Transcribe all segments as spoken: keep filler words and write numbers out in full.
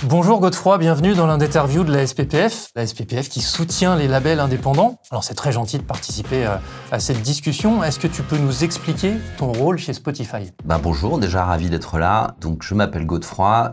Bonjour Godefroy, bienvenue dans l'interview de la S P P F, la S P P F qui soutient les labels indépendants. Alors c'est très gentil de participer à cette discussion. Est-ce que tu peux nous expliquer ton rôle chez Spotify ? Bah bonjour, déjà ravi d'être là. Donc je m'appelle Godefroy,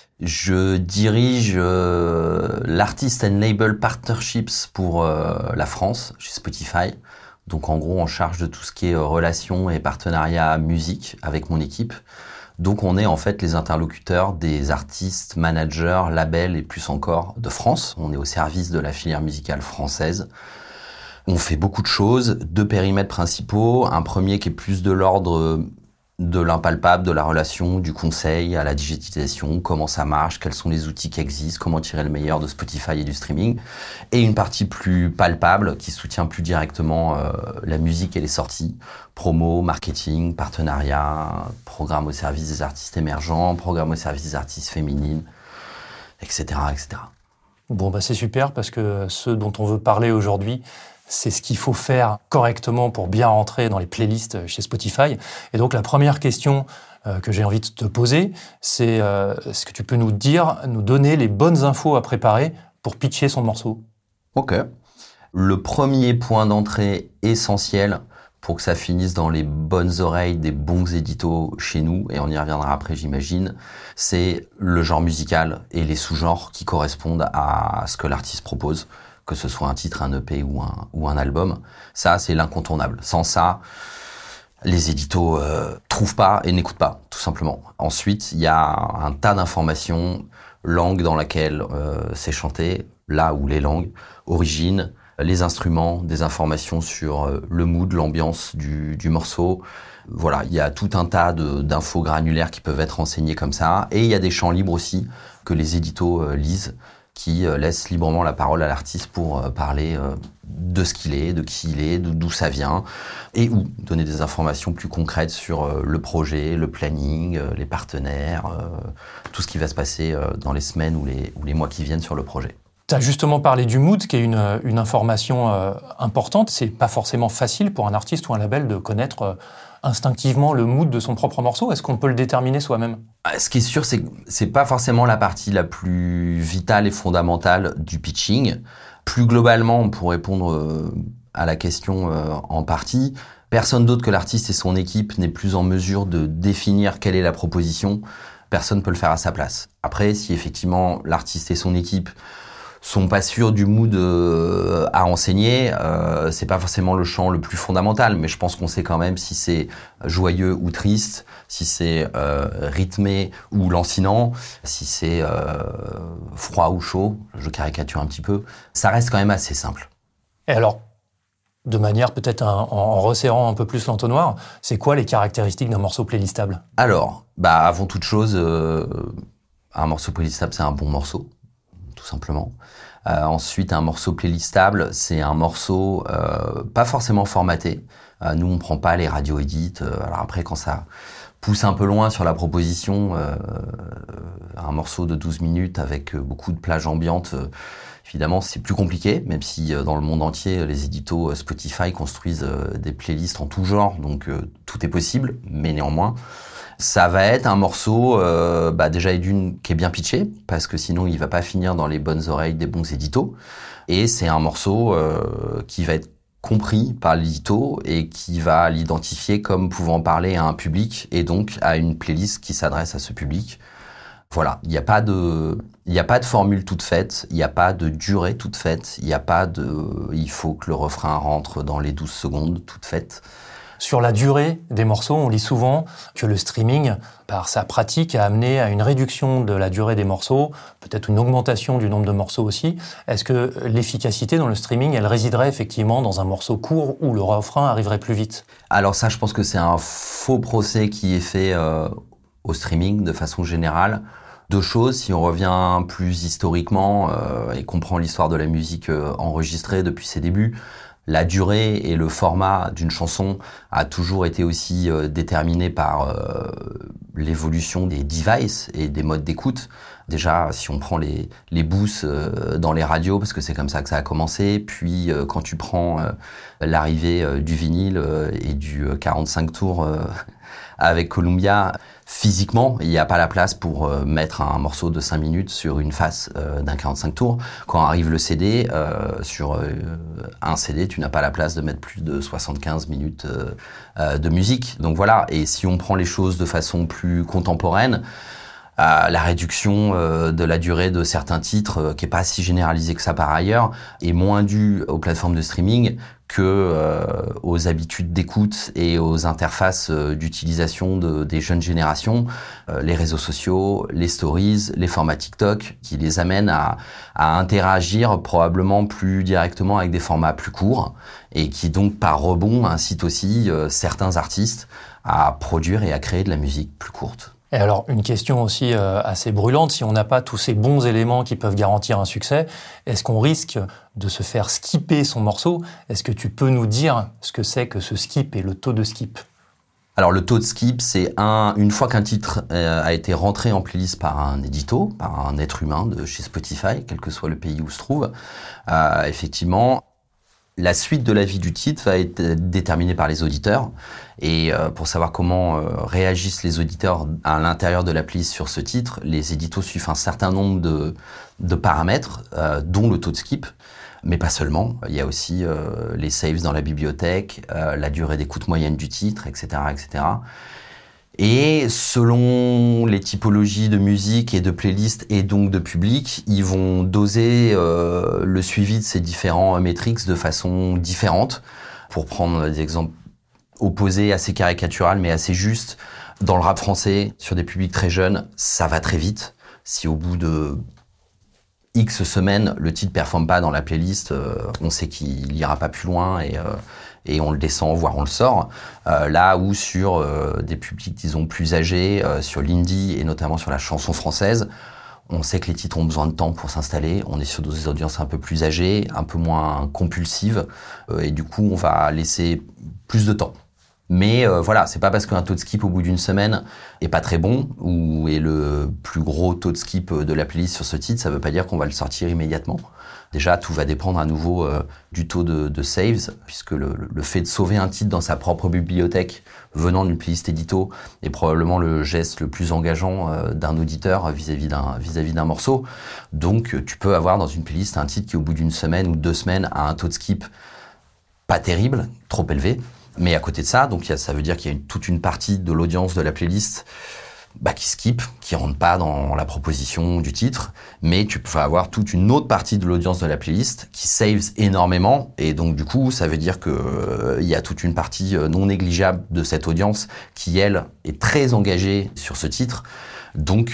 je dirige euh, l'Artist and Label Partnerships pour euh, la France chez Spotify. Donc en gros en charge de tout ce qui est euh, relations et partenariats musique avec mon équipe. Donc on est en fait les interlocuteurs des artistes, managers, labels et plus encore de France. On est au service de la filière musicale française. On fait beaucoup de choses, deux périmètres principaux. Un premier qui est plus de l'ordre de l'impalpable, de la relation, du conseil à la digitalisation, comment ça marche, quels sont les outils qui existent, comment tirer le meilleur de Spotify et du streaming. Et une partie plus palpable qui soutient plus directement euh, la musique et les sorties, promo, marketing, partenariat, programme au service des artistes émergents, programme au service des artistes féminines, et cetera, et cetera. Bon, bah c'est super parce que ce dont on veut parler aujourd'hui, c'est ce qu'il faut faire correctement pour bien rentrer dans les playlists chez Spotify. Et donc, la première question euh, que j'ai envie de te poser, c'est euh, est-ce que tu peux nous dire, nous donner les bonnes infos à préparer pour pitcher son morceau ? Ok. Le premier point d'entrée essentiel pour que ça finisse dans les bonnes oreilles des bons éditos chez nous, et on y reviendra après j'imagine, c'est le genre musical et les sous-genres qui correspondent à ce que l'artiste propose, que ce soit un titre, un E P ou un, ou un album. Ça, c'est l'incontournable. Sans ça, les éditos euh, trouvent pas et n'écoutent pas, tout simplement. Ensuite, il y a un tas d'informations, langue dans laquelle euh, c'est chanté, là où les langues, origine, les instruments, des informations sur euh, le mood, l'ambiance du, du morceau. Voilà, il y a tout un tas de, d'infos granulaires qui peuvent être renseignées comme ça. Et il y a des champs libres aussi que les éditos euh, lisent, qui laisse librement la parole à l'artiste pour parler de ce qu'il est, de qui il est, d'où ça vient, et ou donner des informations plus concrètes sur le projet, le planning, les partenaires, tout ce qui va se passer dans les semaines ou les, ou les mois qui viennent sur le projet. Tu as justement parlé du mood, qui est une, une information euh, importante. C'est pas forcément facile pour un artiste ou un label de connaître euh, instinctivement le mood de son propre morceau. Est-ce qu'on peut le déterminer soi-même ? Ce qui est sûr, c'est que c'est pas forcément la partie la plus vitale et fondamentale du pitching. Plus globalement, pour répondre euh, à la question euh, en partie, personne d'autre que l'artiste et son équipe n'est plus en mesure de définir quelle est la proposition. Personne ne peut le faire à sa place. Après, si effectivement l'artiste et son équipe sont pas sûrs du mood euh, à enseigner, euh, c'est pas forcément le champ le plus fondamental, mais je pense qu'on sait quand même si c'est joyeux ou triste, si c'est euh, rythmé ou lancinant, si c'est euh, froid ou chaud, je caricature un petit peu, ça reste quand même assez simple. Et alors, de manière peut-être un, en resserrant un peu plus l'entonnoir, c'est quoi les caractéristiques d'un morceau playlistable ? Alors, bah avant toute chose, euh, un morceau playlistable, c'est un bon morceau, tout simplement. Euh, ensuite, un morceau playlistable, c'est un morceau euh, pas forcément formaté. Euh, nous, on prend pas les radio edits. Euh, alors après, quand ça pousse un peu loin sur la proposition, euh, un morceau de douze minutes avec beaucoup de plages ambiantes, euh, évidemment, c'est plus compliqué, même si euh, dans le monde entier, les éditos Spotify construisent euh, des playlists en tout genre, donc euh, tout est possible, mais néanmoins, ça va être un morceau euh, bah déjà et d'une qui est bien pitché, parce que sinon il va pas finir dans les bonnes oreilles des bons éditos. Et c'est un morceau euh, qui va être compris par l'édito et qui va l'identifier comme pouvant parler à un public et donc à une playlist qui s'adresse à ce public. Voilà, il n'y a pas de, il n'y a pas de formule toute faite, il n'y a pas de durée toute faite, il n'y a pas de, il faut que le refrain rentre dans les douze secondes toute faite. Sur la durée des morceaux, on lit souvent que le streaming, par sa pratique, a amené à une réduction de la durée des morceaux, peut-être une augmentation du nombre de morceaux aussi. Est-ce que l'efficacité dans le streaming, elle résiderait effectivement dans un morceau court où le refrain arriverait plus vite ? Alors ça, je pense que c'est un faux procès qui est fait euh, au streaming de façon générale. Deux choses, si on revient plus historiquement euh, et qu'on prend l'histoire de la musique euh, enregistrée depuis ses débuts, la durée et le format d'une chanson a toujours été aussi euh, déterminé par euh, l'évolution des devices et des modes d'écoute. Déjà, si on prend les, les boosts euh, dans les radios, parce que c'est comme ça que ça a commencé, puis euh, quand tu prends euh, l'arrivée euh, du vinyle euh, et du quarante-cinq tours euh, avec Columbia, physiquement, il n'y a pas la place pour euh, mettre un morceau de cinq minutes sur une face euh, d'un quarante-cinq tours. Quand arrive le C D, euh, sur euh, un C D, tu n'as pas la place de mettre plus de soixante-quinze minutes euh, euh, de musique. Donc voilà, et si on prend les choses de façon plus contemporaine, Euh, la réduction euh, de la durée de certains titres, euh, qui est pas si généralisée que ça par ailleurs, est moins due aux plateformes de streaming que euh, aux habitudes d'écoute et aux interfaces euh, d'utilisation de, des jeunes générations, euh, les réseaux sociaux, les stories, les formats TikTok, qui les amènent à, à interagir probablement plus directement avec des formats plus courts et qui donc par rebond incitent aussi euh, certains artistes à produire et à créer de la musique plus courte. Et alors, une question aussi euh, assez brûlante, si on n'a pas tous ces bons éléments qui peuvent garantir un succès, est-ce qu'on risque de se faire skipper son morceau ? Est-ce que tu peux nous dire ce que c'est que ce skip et le taux de skip ? Alors le taux de skip, c'est un, une fois qu'un titre euh, a été rentré en playlist par un édito, par un être humain de chez Spotify, quel que soit le pays où se trouve, euh, effectivement, la suite de la vie du titre va être déterminée par les auditeurs. Et euh, pour savoir comment euh, réagissent les auditeurs à l'intérieur de la playlist sur ce titre, les éditos suivent un certain nombre de, de paramètres, euh, dont le taux de skip. Mais pas seulement. Il y a aussi euh, les saves dans la bibliothèque, euh, la durée d'écoute moyenne du titre, et cetera, et cetera. Et selon les typologies de musique et de playlists et donc de public, ils vont doser euh, le suivi de ces différents métriques de façon différente. Pour prendre des exemples opposés, assez caricaturales mais assez justes, dans le rap français, sur des publics très jeunes, ça va très vite. Si au bout de X semaines, le titre performe pas dans la playlist, euh, on sait qu'il ira pas plus loin et, euh, et on le descend, voire on le sort. Euh, là où sur euh, des publics, disons, plus âgés, euh, sur l'indie et notamment sur la chanson française, on sait que les titres ont besoin de temps pour s'installer. On est sur des audiences un peu plus âgées, un peu moins compulsives, euh, et du coup, on va laisser plus de temps. Mais euh, voilà, c'est pas parce qu'un taux de skip au bout d'une semaine est pas très bon ou est le plus gros taux de skip de la playlist sur ce titre, ça veut pas dire qu'on va le sortir immédiatement. Déjà, tout va dépendre à nouveau euh, du taux de, de saves, puisque le, le fait de sauver un titre dans sa propre bibliothèque venant d'une playlist édito est probablement le geste le plus engageant euh, d'un auditeur vis-à-vis d'un, vis-à-vis d'un morceau. Donc, tu peux avoir dans une playlist un titre qui, au bout d'une semaine ou deux semaines, a un taux de skip pas terrible, trop élevé. Mais à côté de ça, donc ça veut dire qu'il y a une, toute une partie de l'audience de la playlist bah, qui skip, qui rentre pas dans la proposition du titre, mais tu peux avoir toute une autre partie de l'audience de la playlist qui saves énormément, et donc du coup, ça veut dire que euh, il y a toute une partie non négligeable de cette audience qui, elle, est très engagée sur ce titre, donc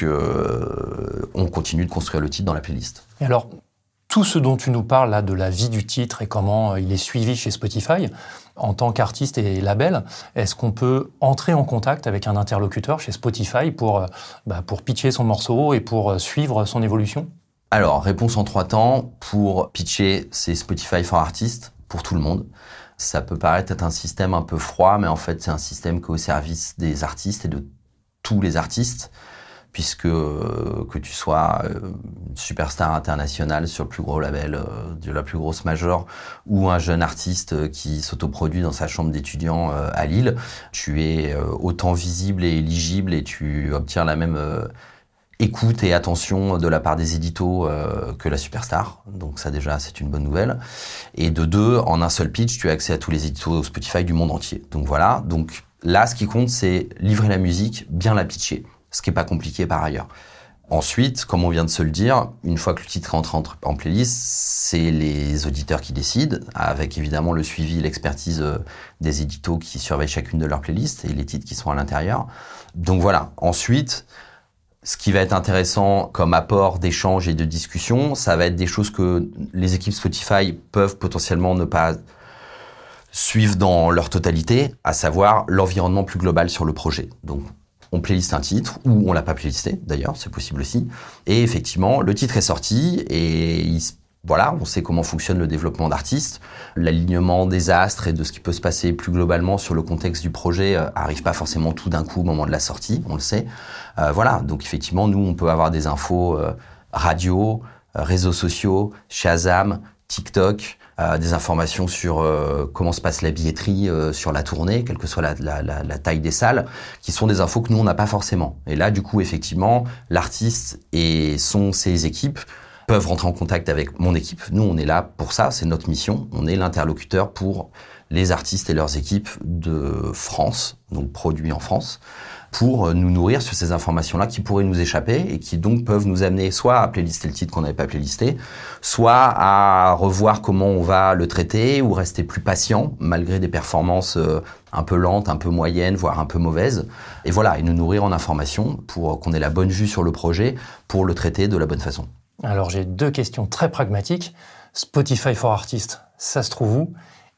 euh, on continue de construire le titre dans la playlist. Et alors, tout ce dont tu nous parles là, de la vie du titre et comment il est suivi chez Spotify, en tant qu'artiste et label, est-ce qu'on peut entrer en contact avec un interlocuteur chez Spotify pour, bah, pour pitcher son morceau et pour suivre son évolution ? Alors, réponse en trois temps. Pour pitcher, c'est Spotify for Artists, pour tout le monde. Ça peut paraître être un système un peu froid, mais en fait, c'est un système qui est au service des artistes et de tous les artistes, puisque euh, que tu sois euh, une superstar internationale sur le plus gros label euh, de la plus grosse major ou un jeune artiste euh, qui s'autoproduit dans sa chambre d'étudiant euh, à Lille, tu es euh, autant visible et éligible et tu obtiens la même euh, écoute et attention de la part des éditos euh, que la superstar. Donc ça déjà, c'est une bonne nouvelle. Et de deux, en un seul pitch, tu as accès à tous les éditos Spotify du monde entier. Donc voilà, donc là, ce qui compte, c'est livrer la musique, bien la pitcher. Ce qui n'est pas compliqué par ailleurs. Ensuite, comme on vient de se le dire, une fois que le titre rentre en playlist, c'est les auditeurs qui décident, avec évidemment le suivi et l'expertise des éditos qui surveillent chacune de leurs playlists et les titres qui sont à l'intérieur. Donc voilà. Ensuite, ce qui va être intéressant comme apport d'échange et de discussion, ça va être des choses que les équipes Spotify peuvent potentiellement ne pas suivre dans leur totalité, à savoir l'environnement plus global sur le projet. Donc, on playliste un titre, ou on l'a pas playlisté, d'ailleurs, c'est possible aussi. Et effectivement, le titre est sorti, et il, voilà, on sait comment fonctionne le développement d'artistes. L'alignement des astres et de ce qui peut se passer plus globalement sur le contexte du projet euh, arrive pas forcément tout d'un coup au moment de la sortie, on le sait. Euh, voilà, donc effectivement, nous, on peut avoir des infos euh, radio, euh, réseaux sociaux, Shazam, TikTok, euh, des informations sur euh, comment se passe la billetterie euh, sur la tournée, quelle que soit la, la, la, la taille des salles, qui sont des infos que nous, on n'a pas forcément. Et là, du coup, effectivement, l'artiste et son, ses équipes peuvent rentrer en contact avec mon équipe. Nous, on est là pour ça, c'est notre mission. On est l'interlocuteur pour les artistes et leurs équipes de France, donc produits en France, pour nous nourrir sur ces informations-là qui pourraient nous échapper et qui donc peuvent nous amener soit à playlister le titre qu'on n'avait pas playlisté, soit à revoir comment on va le traiter ou rester plus patient malgré des performances un peu lentes, un peu moyennes, voire un peu mauvaises. Et voilà, et nous nourrir en informations pour qu'on ait la bonne vue sur le projet pour le traiter de la bonne façon. Alors j'ai deux questions très pragmatiques. Spotify for Artists, ça se trouve où ?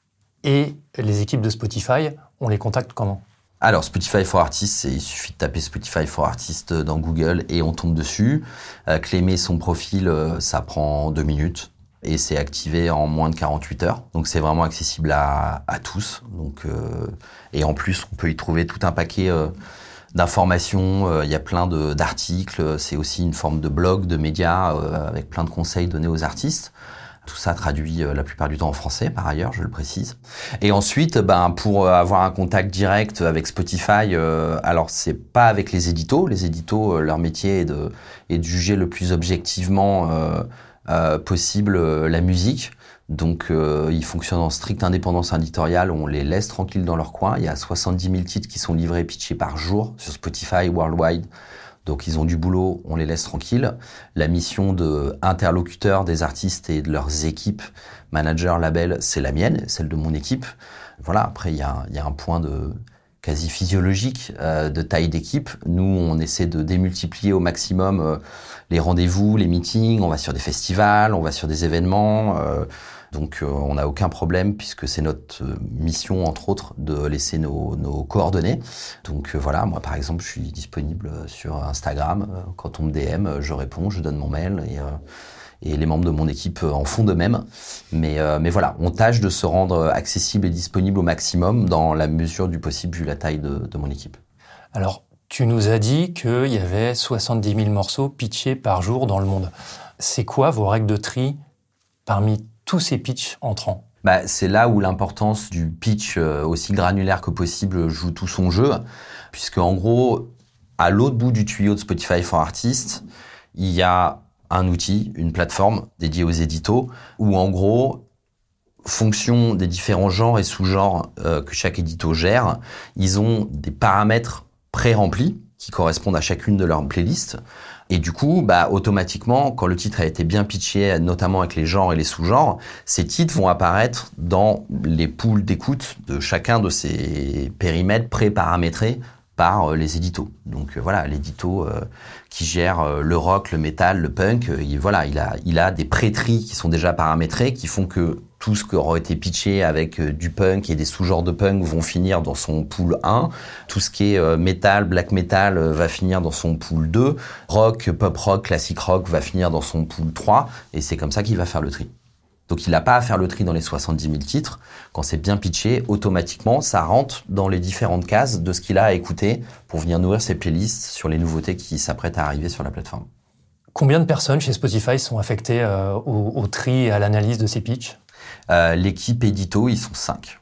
Et les équipes de Spotify, on les contacte comment ? Alors, Spotify for Artists, il suffit de taper Spotify for Artists dans Google et on tombe dessus. Euh, claimer son profil, euh, ça prend deux minutes et c'est activé en moins de quarante-huit heures. Donc, c'est vraiment accessible à, à tous. Donc, euh, et en plus, on peut y trouver tout un paquet euh, d'informations. Euh, il y a plein de, d'articles. C'est aussi une forme de blog, de médias euh, avec plein de conseils donnés aux artistes. Tout ça traduit euh, la plupart du temps en français, par ailleurs, je le précise. Et ensuite, ben, pour avoir un contact direct avec Spotify, euh, alors c'est pas avec les éditos. Les éditos, euh, leur métier est de, est de juger le plus objectivement euh, euh, possible euh, la musique. Donc, euh, ils fonctionnent en stricte indépendance éditoriale. On les laisse tranquilles dans leur coin. Il y a soixante-dix mille titres qui sont livrés et pitchés par jour sur Spotify worldwide. Donc, ils ont du boulot, on les laisse tranquilles. La mission de interlocuteur des artistes et de leurs équipes, managers, labels, c'est la mienne, celle de mon équipe. Voilà, après, il y a, y a un point de quasi physiologique euh, de taille d'équipe. Nous, on essaie de démultiplier au maximum euh, les rendez-vous, les meetings. On va sur des festivals, on va sur des événements. Euh, donc, euh, on n'a aucun problème puisque c'est notre euh, mission, entre autres, de laisser nos, nos coordonnées. Donc, euh, voilà, moi, par exemple, je suis disponible sur Instagram. Euh, quand on me D M, je réponds, je donne mon mail et, euh, et les membres de mon équipe en font de même. Mais, euh, mais voilà, on tâche de se rendre accessible et disponible au maximum dans la mesure du possible vu la taille de, de mon équipe. Alors, tu nous as dit qu'il y avait soixante-dix mille morceaux pitchés par jour dans le monde. C'est quoi vos règles de tri parmi tous ces pitchs entrants ? Bah, c'est là où l'importance du pitch euh, aussi granulaire que possible joue tout son jeu, puisque en gros, à l'autre bout du tuyau de Spotify for Artists, il y a un outil, une plateforme dédiée aux éditos, où en gros, fonction des différents genres et sous-genres euh, que chaque édito gère, ils ont des paramètres pré-remplis qui correspondent à chacune de leurs playlists. Et du coup, bah, automatiquement, quand le titre a été bien pitché, notamment avec les genres et les sous-genres, ces titres vont apparaître dans les pools d'écoute de chacun de ces périmètres pré-paramétrés par euh, les éditos. Donc euh, voilà, l'édito euh, qui gère euh, le rock, le metal, le punk, euh, il, voilà, il a, il a des pré-tris qui sont déjà paramétrés, qui font que tout ce qui aura été pitché avec euh, du punk et des sous-genres de punk vont finir dans son pool un. Tout ce qui est euh, metal, black metal euh, va finir dans son pool deux. Rock, pop rock, classic rock va finir dans son pool trois. Et c'est comme ça qu'il va faire le tri. Donc il n'a pas à faire le tri dans les soixante-dix mille titres. Quand c'est bien pitché, automatiquement, ça rentre dans les différentes cases de ce qu'il a à écouter pour venir nourrir ses playlists sur les nouveautés qui s'apprêtent à arriver sur la plateforme. Combien de personnes chez Spotify sont affectées euh, au, au tri et à l'analyse de ces pitchs ? euh, L'équipe édito, ils sont cinq.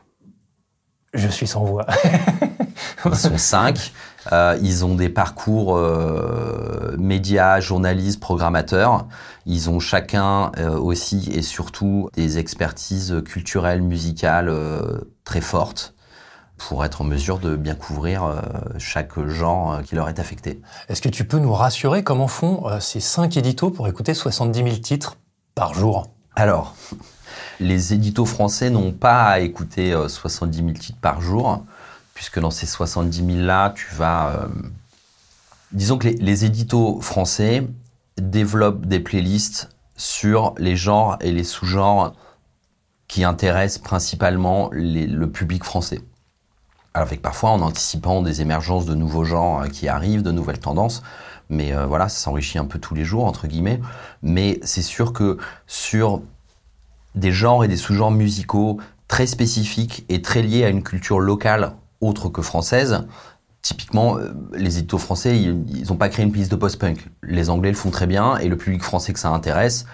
Je suis sans voix. Ils sont cinq. Euh, ils ont des parcours euh, médias, journalistes, programmateurs. Ils ont chacun euh, aussi et surtout des expertises culturelles, musicales euh, très fortes pour être en mesure de bien couvrir euh, chaque genre euh, qui leur est affecté. Est-ce que tu peux nous rassurer comment font euh, ces cinq éditos pour écouter soixante-dix mille titres par jour ? Alors, les éditos français n'ont pas à écouter euh, soixante-dix mille titres par jour, puisque dans ces soixante-dix mille-là, tu vas... Euh, disons que les, les éditos français développent des playlists sur les genres et les sous-genres qui intéressent principalement les, le public français. Avec parfois en anticipant des émergences de nouveaux genres qui arrivent, de nouvelles tendances. Mais euh, voilà, ça s'enrichit un peu tous les jours, entre guillemets. Mais c'est sûr que sur des genres et des sous-genres musicaux très spécifiques et très liés à une culture locale autre que française, typiquement, les éditos français, ils n'ont pas créé une playlist de post-punk. Les Anglais le font très bien et le public français que ça intéresse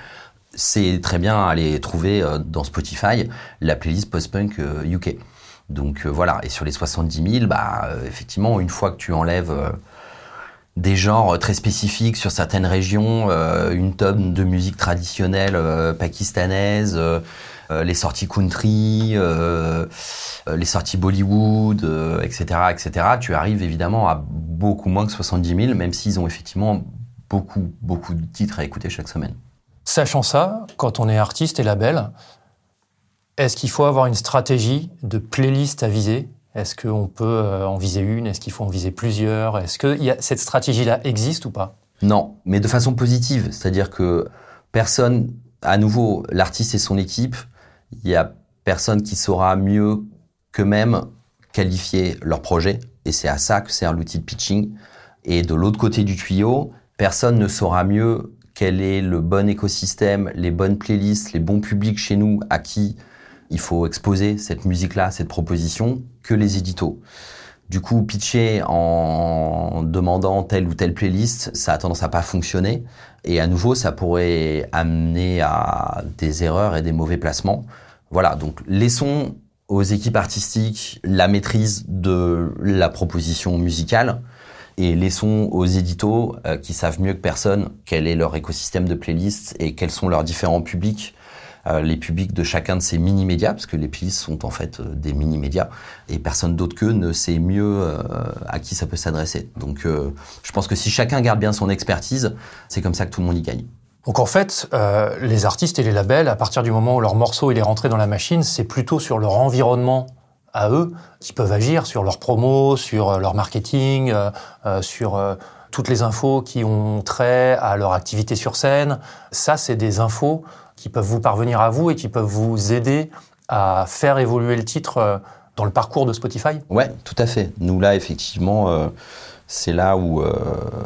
c'est très bien aller trouver euh, dans Spotify la playlist post-punk euh, U K. Donc euh, voilà, et sur les soixante-dix mille, bah, euh, effectivement, une fois que tu enlèves euh, des genres très spécifiques sur certaines régions, euh, une tonne de musique traditionnelle euh, pakistanaise, euh, euh, les sorties country, euh, euh, les sorties Bollywood, euh, et cetera, et cetera, tu arrives évidemment à beaucoup moins que soixante-dix mille, même s'ils ont effectivement beaucoup, beaucoup de titres à écouter chaque semaine. Sachant ça, quand on est artiste et label, est-ce qu'il faut avoir une stratégie de playlist à viser ? Est-ce qu'on peut en viser une ? Est-ce qu'il faut en viser plusieurs ? Est-ce que y a, cette stratégie-là existe ou pas ? Non, mais de façon positive. C'est-à-dire que personne, à nouveau, l'artiste et son équipe, il y a personne qui saura mieux qu'eux-mêmes qualifier leur projet. Et c'est à ça que sert l'outil de pitching. Et de l'autre côté du tuyau, personne ne saura mieux quel est le bon écosystème, les bonnes playlists, les bons publics chez nous à qui il faut exposer cette musique-là, cette proposition, que les éditos. Du coup, pitcher en demandant telle ou telle playlist, ça a tendance à pas fonctionner. Et à nouveau, ça pourrait amener à des erreurs et des mauvais placements. Voilà, donc laissons aux équipes artistiques la maîtrise de la proposition musicale et laissons aux éditos euh, qui savent mieux que personne quel est leur écosystème de playlists et quels sont leurs différents publics. Euh, les publics de chacun de ces mini-médias, parce que les playlists sont en fait euh, des mini-médias, et personne d'autre qu'eux ne sait mieux euh, à qui ça peut s'adresser. Donc euh, je pense que si chacun garde bien son expertise, c'est comme ça que tout le monde y gagne. Donc en fait, euh, les artistes et les labels, à partir du moment où leur morceau il est rentré dans la machine, c'est plutôt sur leur environnement à eux qui peuvent agir, sur leur promo, sur leur marketing, euh, euh, sur euh, toutes les infos qui ont trait à leur activité sur scène. Ça, c'est des infos qui peuvent vous parvenir à vous et qui peuvent vous aider à faire évoluer le titre dans le parcours de Spotify ? Ouais, tout à fait. Nous, là, effectivement, euh, c'est là où, euh,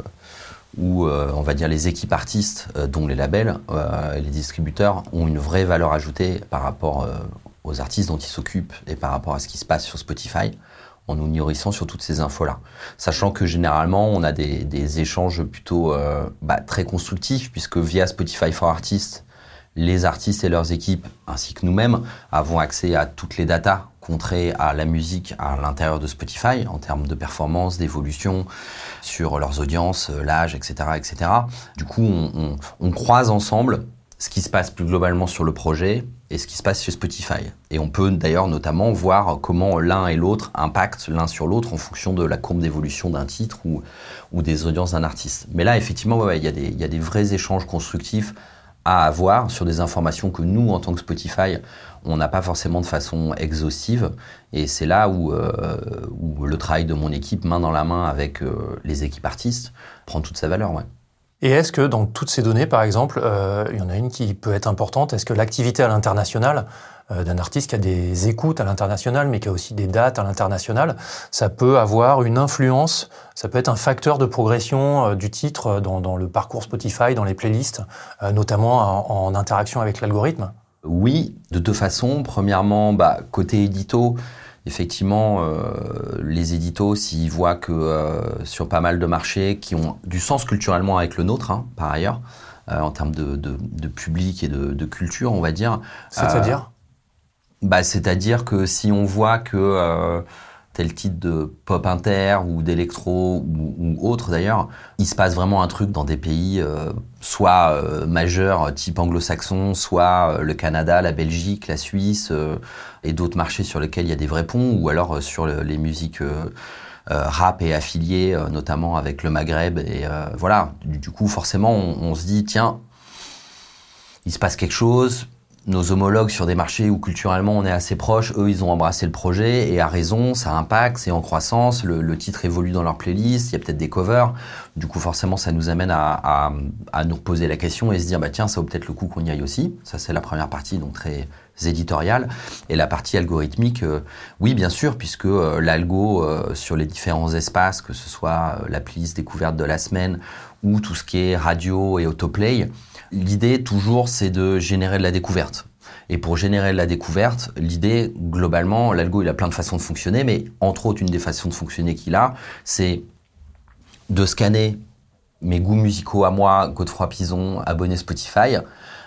où euh, on va dire, les équipes artistes, euh, dont les labels euh, et les distributeurs, ont une vraie valeur ajoutée par rapport euh, aux artistes dont ils s'occupent et par rapport à ce qui se passe sur Spotify, en nous nourrissant sur toutes ces infos-là. Sachant que généralement, on a des, des échanges plutôt euh, bah, très constructifs, puisque via Spotify for Artists, les artistes et leurs équipes, ainsi que nous-mêmes, avons accès à toutes les datas contraires à la musique à l'intérieur de Spotify, en termes de performance, d'évolution, sur leurs audiences, l'âge, et cetera, et cetera. Du coup, on, on, on croise ensemble ce qui se passe plus globalement sur le projet et ce qui se passe chez Spotify. Et on peut d'ailleurs notamment voir comment l'un et l'autre impactent l'un sur l'autre en fonction de la courbe d'évolution d'un titre ou, ou des audiences d'un artiste. Mais là, effectivement, ouais, il y a des, il y a des vrais échanges constructifs à avoir sur des informations que nous, en tant que Spotify, on n'a pas forcément de façon exhaustive. Et c'est là où, euh, où le travail de mon équipe, main dans la main avec euh, les équipes artistes, prend toute sa valeur. Ouais. Et est-ce que dans toutes ces données, par exemple, euh, il y en a une qui peut être importante, est-ce que l'activité à l'international euh, d'un artiste qui a des écoutes à l'international, mais qui a aussi des dates à l'international, ça peut avoir une influence, ça peut être un facteur de progression euh, du titre dans, dans le parcours Spotify, dans les playlists, euh, notamment en, en interaction avec l'algorithme ? Oui, de deux façons. Premièrement, bah, côté édito, effectivement, euh, les éditos, s'ils voient que euh, sur pas mal de marchés qui ont du sens culturellement avec le nôtre, hein, par ailleurs, euh, en termes de, de, de public et de, de culture, on va dire. C'est-à-dire euh, bah, C'est-à-dire que si on voit que euh, tel titre de pop inter ou d'électro ou, ou autre d'ailleurs, il se passe vraiment un truc dans des pays euh, soit euh, majeurs type anglo-saxon, soit euh, le Canada, la Belgique, la Suisse euh, et d'autres marchés sur lesquels il y a des vrais ponts, ou alors euh, sur le, les musiques euh, euh, rap et affiliées, euh, notamment avec le Maghreb. Et euh, voilà, du, du coup forcément on, on se dit tiens, il se passe quelque chose. Nos homologues sur des marchés où culturellement on est assez proche, eux ils ont embrassé le projet et à raison, ça impacte, c'est en croissance, le, le titre évolue dans leur playlist, il y a peut-être des covers, du coup forcément ça nous amène à, à, à nous reposer la question et se dire bah tiens ça vaut peut-être le coup qu'on y aille aussi. Ça c'est la première partie, donc très éditoriale. Et la partie algorithmique, euh, oui bien sûr, puisque euh, l'algo euh, sur les différents espaces, que ce soit euh, la playlist découverte de la semaine ou tout ce qui est radio et autoplay, l'idée, toujours, c'est de générer de la découverte. Et pour générer de la découverte, l'idée, globalement, l'algo, il a plein de façons de fonctionner, mais entre autres, une des façons de fonctionner qu'il a, c'est de scanner mes goûts musicaux à moi, Godefroy Pison, abonné Spotify,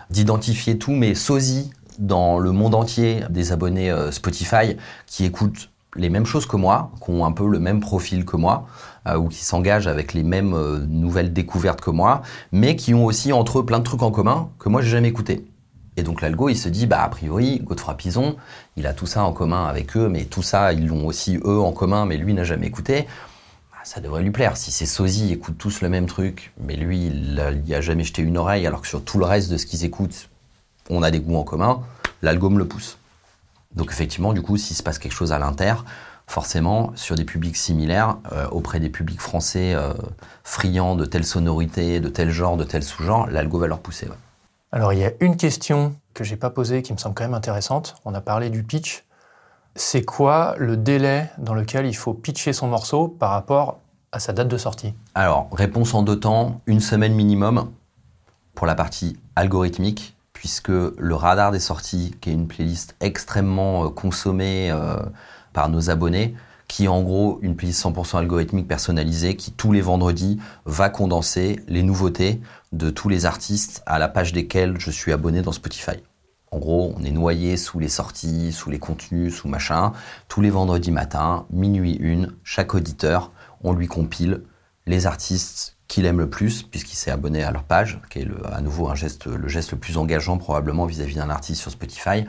d'identifier tous mes sosies dans le monde entier des abonnés euh, Spotify qui écoutent les mêmes choses que moi, qui ont un peu le même profil que moi, euh, ou qui s'engagent avec les mêmes euh, nouvelles découvertes que moi, mais qui ont aussi entre eux plein de trucs en commun que moi j'ai jamais écouté. Et donc l'algo, il se dit, bah a priori, Godefroy Pison, il a tout ça en commun avec eux, mais tout ça, ils l'ont aussi eux en commun, mais lui n'a jamais écouté. Bah, ça devrait lui plaire. Si ces sosies écoutent tous le même truc, mais lui, il n'y a jamais jeté une oreille, alors que sur tout le reste de ce qu'ils écoutent, on a des goûts en commun, l'algo me le pousse. Donc effectivement, du coup, s'il se passe quelque chose à l'inter, forcément, sur des publics similaires, euh, auprès des publics français euh, friands de telle sonorité, de tel genre, de tel sous-genre, l'algo va leur pousser. Ouais. Alors, il y a une question que j'ai pas posée qui me semble quand même intéressante. On a parlé du pitch. C'est quoi le délai dans lequel il faut pitcher son morceau par rapport à sa date de sortie ? Alors, réponse en deux temps, une semaine minimum pour la partie algorithmique, puisque le radar des sorties, qui est une playlist extrêmement consommée euh, par nos abonnés, qui est en gros une playlist cent pour cent algorithmique personnalisée, qui tous les vendredis va condenser les nouveautés de tous les artistes à la page desquels je suis abonné dans Spotify. En gros, on est noyé sous les sorties, sous les contenus, sous machin. Tous les vendredis matins, minuit une, chaque auditeur, on lui compile les artistes qu'il aime le plus, puisqu'il s'est abonné à leur page, qui est le, à nouveau un geste, le geste le plus engageant probablement vis-à-vis d'un artiste sur Spotify,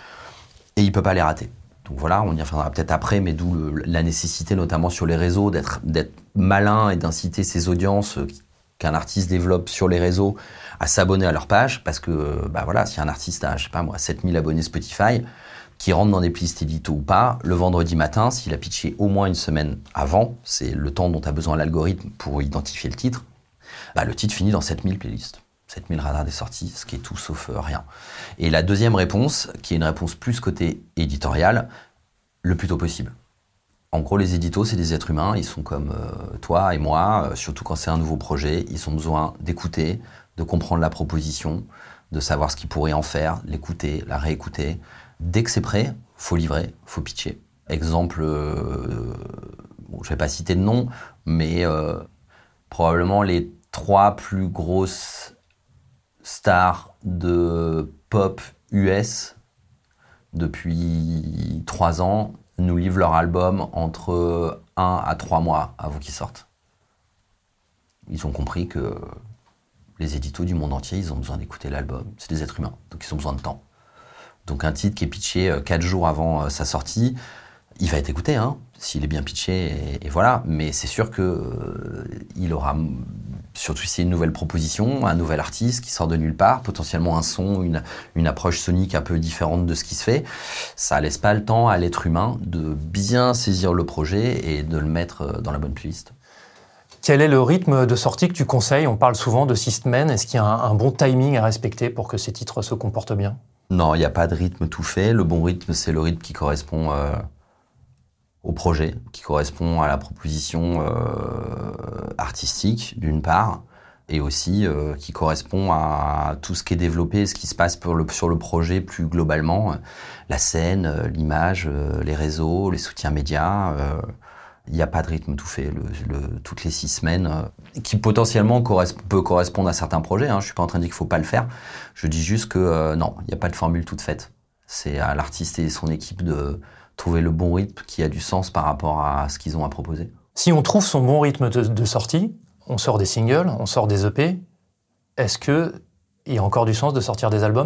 et il peut pas les rater. Donc voilà, on y reviendra peut-être après, mais d'où le, la nécessité notamment sur les réseaux d'être, d'être malin et d'inciter ses audiences qu'un artiste développe sur les réseaux à s'abonner à leur page, parce que bah voilà, si un artiste a, je sais pas moi, sept mille abonnés Spotify, qui rentre dans des playlists édito ou pas, le vendredi matin, s'il a pitché au moins une semaine avant, c'est le temps dont a besoin l'algorithme pour identifier le titre, bah le titre finit dans sept mille playlists. sept mille radars des sorties, ce qui est tout sauf euh, rien. Et la deuxième réponse, qui est une réponse plus côté éditorial, le plus tôt possible. En gros, les éditos, c'est des êtres humains, ils sont comme euh, toi et moi, euh, surtout quand c'est un nouveau projet, ils ont besoin d'écouter, de comprendre la proposition, de savoir ce qu'ils pourraient en faire, l'écouter, la réécouter. Dès que c'est prêt, faut livrer, faut pitcher. Exemple, euh, bon, je vais pas citer de nom, mais euh, probablement les trois plus grosses stars de pop U S depuis trois ans nous livrent leur album entre un à trois mois avant qu'ils sortent. Ils ont compris que les éditos du monde entier, ils ont besoin d'écouter l'album. C'est des êtres humains, donc ils ont besoin de temps. Donc un titre qui est pitché quatre jours avant sa sortie, il va être écouté, hein, s'il est bien pitché, et, et voilà. Mais c'est sûr que euh, il aura, surtout si c'est une nouvelle proposition, un nouvel artiste qui sort de nulle part, potentiellement un son, une, une approche sonique un peu différente de ce qui se fait. Ça laisse pas le temps à l'être humain de bien saisir le projet et de le mettre dans la bonne playlist. Quel est le rythme de sortie que tu conseilles ? On parle souvent de six semaines. Est-ce qu'il y a un, un bon timing à respecter pour que ces titres se comportent bien ? Non, il n'y a pas de rythme tout fait. Le bon rythme, c'est le rythme qui correspond euh, au projet, qui correspond à la proposition euh, artistique, d'une part, et aussi euh, qui correspond à tout ce qui est développé, ce qui se passe pour le, sur le projet plus globalement, la scène, l'image, les réseaux, les soutiens médias. Euh, il n'y a pas de rythme tout fait. Le, le, toutes les six semaines, euh, qui potentiellement corresp- peut correspondre à certains projets. Hein. Je ne suis pas en train de dire qu'il ne faut pas le faire. Je dis juste que euh, non, il n'y a pas de formule toute faite. C'est à l'artiste et son équipe de trouver le bon rythme qui a du sens par rapport à ce qu'ils ont à proposer. Si on trouve son bon rythme de, de sortie, on sort des singles, on sort des E P, est-ce qu'il y a encore du sens de sortir des albums ?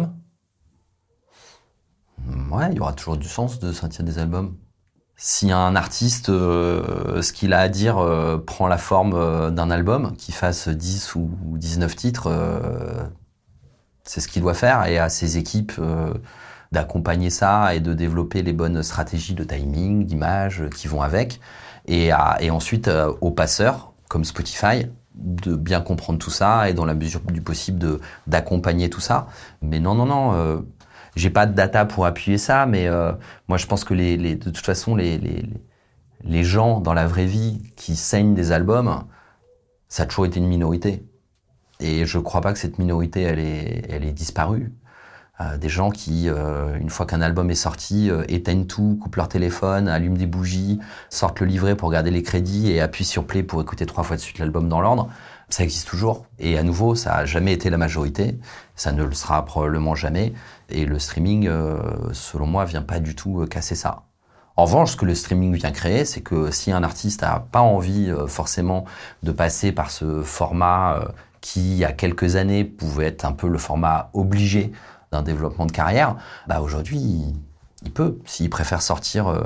Ouais, il y aura toujours du sens de sortir des albums. Si un artiste, euh, ce qu'il a à dire euh, prend la forme euh, d'un album, qu'il fasse dix ou dix-neuf titres, euh, c'est ce qu'il doit faire, et à ses équipes euh, d'accompagner ça et de développer les bonnes stratégies de timing, d'image qui vont avec, et, à, et ensuite euh, aux passeurs, comme Spotify, de bien comprendre tout ça et dans la mesure du possible de, d'accompagner tout ça. Mais non, non, non... Euh, J'ai pas de data pour appuyer ça, mais euh, moi je pense que les, les, de toute façon les, les, les gens dans la vraie vie qui saignent des albums, ça a toujours été une minorité. Et je crois pas que cette minorité elle est, elle est disparue. Euh, des gens qui, euh, une fois qu'un album est sorti, euh, éteignent tout, coupent leur téléphone, allument des bougies, sortent le livret pour regarder les crédits et appuient sur play pour écouter trois fois de suite l'album dans l'ordre. Ça existe toujours. Et à nouveau, ça n'a jamais été la majorité. Ça ne le sera probablement jamais. Et le streaming, euh, selon moi, vient pas du tout euh, casser ça. En revanche, ce que le streaming vient créer, c'est que si un artiste n'a pas envie euh, forcément de passer par ce format euh, qui, il y a quelques années, pouvait être un peu le format obligé d'un développement de carrière, bah aujourd'hui, il, il peut. S'il préfère sortir euh,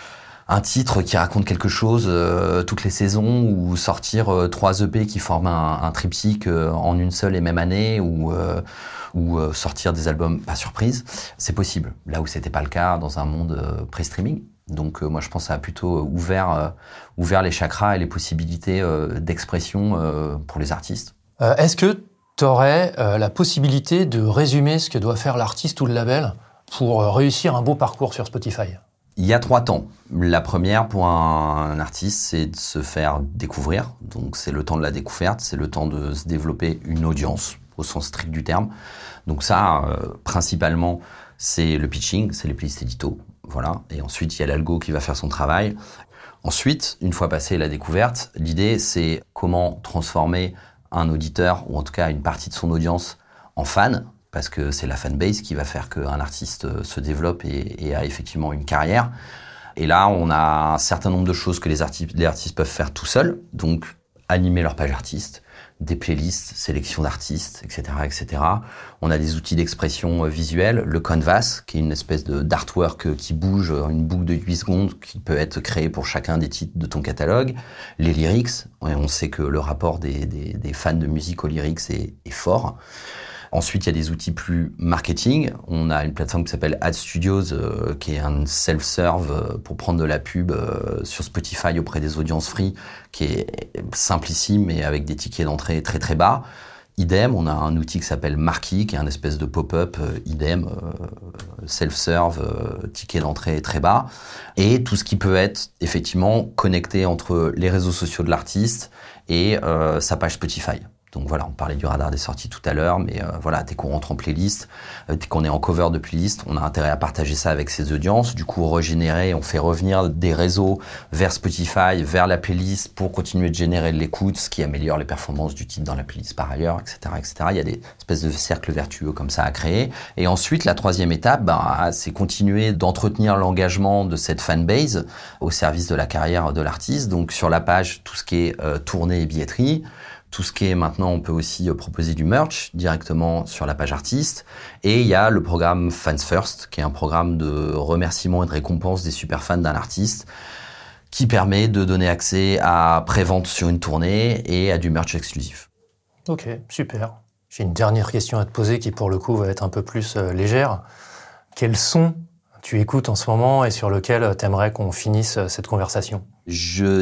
un titre qui raconte quelque chose euh, toutes les saisons, ou sortir euh, trois E P qui forment un, un triptyque euh, en une seule et même année, ou, euh, ou euh, sortir des albums pas surprise, c'est possible. Là où c'était pas le cas dans un monde euh, pré-streaming. Donc euh, moi je pense que ça a plutôt ouvert, euh, ouvert les chakras et les possibilités euh, d'expression euh, pour les artistes. Euh, est-ce que tu aurais euh, la possibilité de résumer ce que doit faire l'artiste ou le label pour euh, réussir un beau parcours sur Spotify ? Il y a trois temps. La première pour un, un artiste, c'est de se faire découvrir. Donc c'est le temps de la découverte, c'est le temps de se développer une audience au sens strict du terme. Donc ça, euh, principalement, c'est le pitching, c'est les playlists édito. Voilà. Et ensuite, il y a l'algo qui va faire son travail. Ensuite, une fois passée la découverte, l'idée, c'est comment transformer un auditeur, ou en tout cas une partie de son audience, en fan, parce que c'est la fanbase qui va faire qu'un artiste se développe et, et a effectivement une carrière. Et là, on a un certain nombre de choses que les artistes, les artistes peuvent faire tout seuls. Donc, animer leur page artiste, des playlists, sélection d'artistes, et cetera, et cetera. On a des outils d'expression visuelle, le canvas, qui est une espèce de d'artwork qui bouge, une boucle de huit secondes qui peut être créée pour chacun des titres de ton catalogue. Les lyrics, on sait que le rapport des, des, des fans de musique aux lyrics est, est fort. Ensuite, il y a des outils plus marketing. On a une plateforme qui s'appelle Ad Studios, euh, qui est un self-serve euh, pour prendre de la pub euh, sur Spotify auprès des audiences free, qui est simplissime et avec des tickets d'entrée très très bas. Idem, on a un outil qui s'appelle Marquee, qui est un espèce de pop-up, euh, idem, euh, self-serve, euh, ticket d'entrée très bas. Et tout ce qui peut être effectivement connecté entre les réseaux sociaux de l'artiste et euh, sa page Spotify. Donc voilà, on parlait du radar des sorties tout à l'heure, mais euh, voilà, dès qu'on rentre en playlist, euh, dès qu'on est en cover de playlist, on a intérêt à partager ça avec ses audiences. Du coup, régénérer, on fait revenir des réseaux vers Spotify, vers la playlist pour continuer de générer de l'écoute, ce qui améliore les performances du titre dans la playlist par ailleurs, et cetera, et cetera. Il y a des espèces de cercles vertueux comme ça à créer. Et ensuite, la troisième étape, ben, c'est continuer d'entretenir l'engagement de cette fanbase au service de la carrière de l'artiste. Donc sur la page, tout ce qui est euh, tournée et billetterie. Tout ce qui est maintenant, on peut aussi proposer du merch directement sur la page artiste. Et il y a le programme Fans First, qui est un programme de remerciement et de récompense des super fans d'un artiste, qui permet de donner accès à pré-vente sur une tournée et à du merch exclusif. Ok, super. J'ai une dernière question à te poser qui, pour le coup, va être un peu plus euh, légère. Quels sons tu écoutes en ce moment et sur lequel tu aimerais qu'on finisse cette conversation ? Je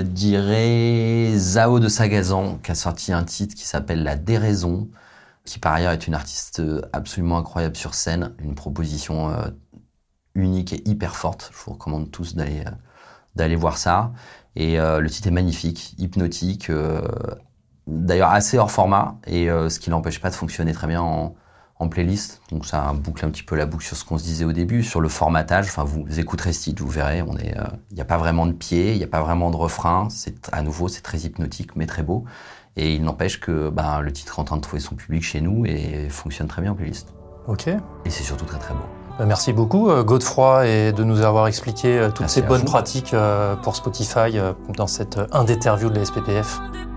dirais Zao de Sagazan, qui a sorti un titre qui s'appelle La Déraison, qui par ailleurs est une artiste absolument incroyable sur scène, une proposition euh, unique et hyper forte. Je vous recommande tous d'aller, euh, d'aller voir ça. Et euh, le titre est magnifique, hypnotique, euh, d'ailleurs assez hors format, et euh, ce qui l'empêche pas de fonctionner très bien en en playlist, donc ça boucle un petit peu la boucle sur ce qu'on se disait au début, sur le formatage. Enfin, vous écouterez ce titre, vous verrez, on est, il euh, n'y a pas vraiment de pied, il n'y a pas vraiment de refrain. C'est à nouveau, c'est très hypnotique, mais très beau. Et il n'empêche que ben, le titre est en train de trouver son public chez nous et fonctionne très bien en playlist. Ok. Et c'est surtout très très beau. Merci beaucoup Godefroy et de nous avoir expliqué toutes Merci ces bonnes vous. pratiques pour Spotify dans cette interview de la S P P F.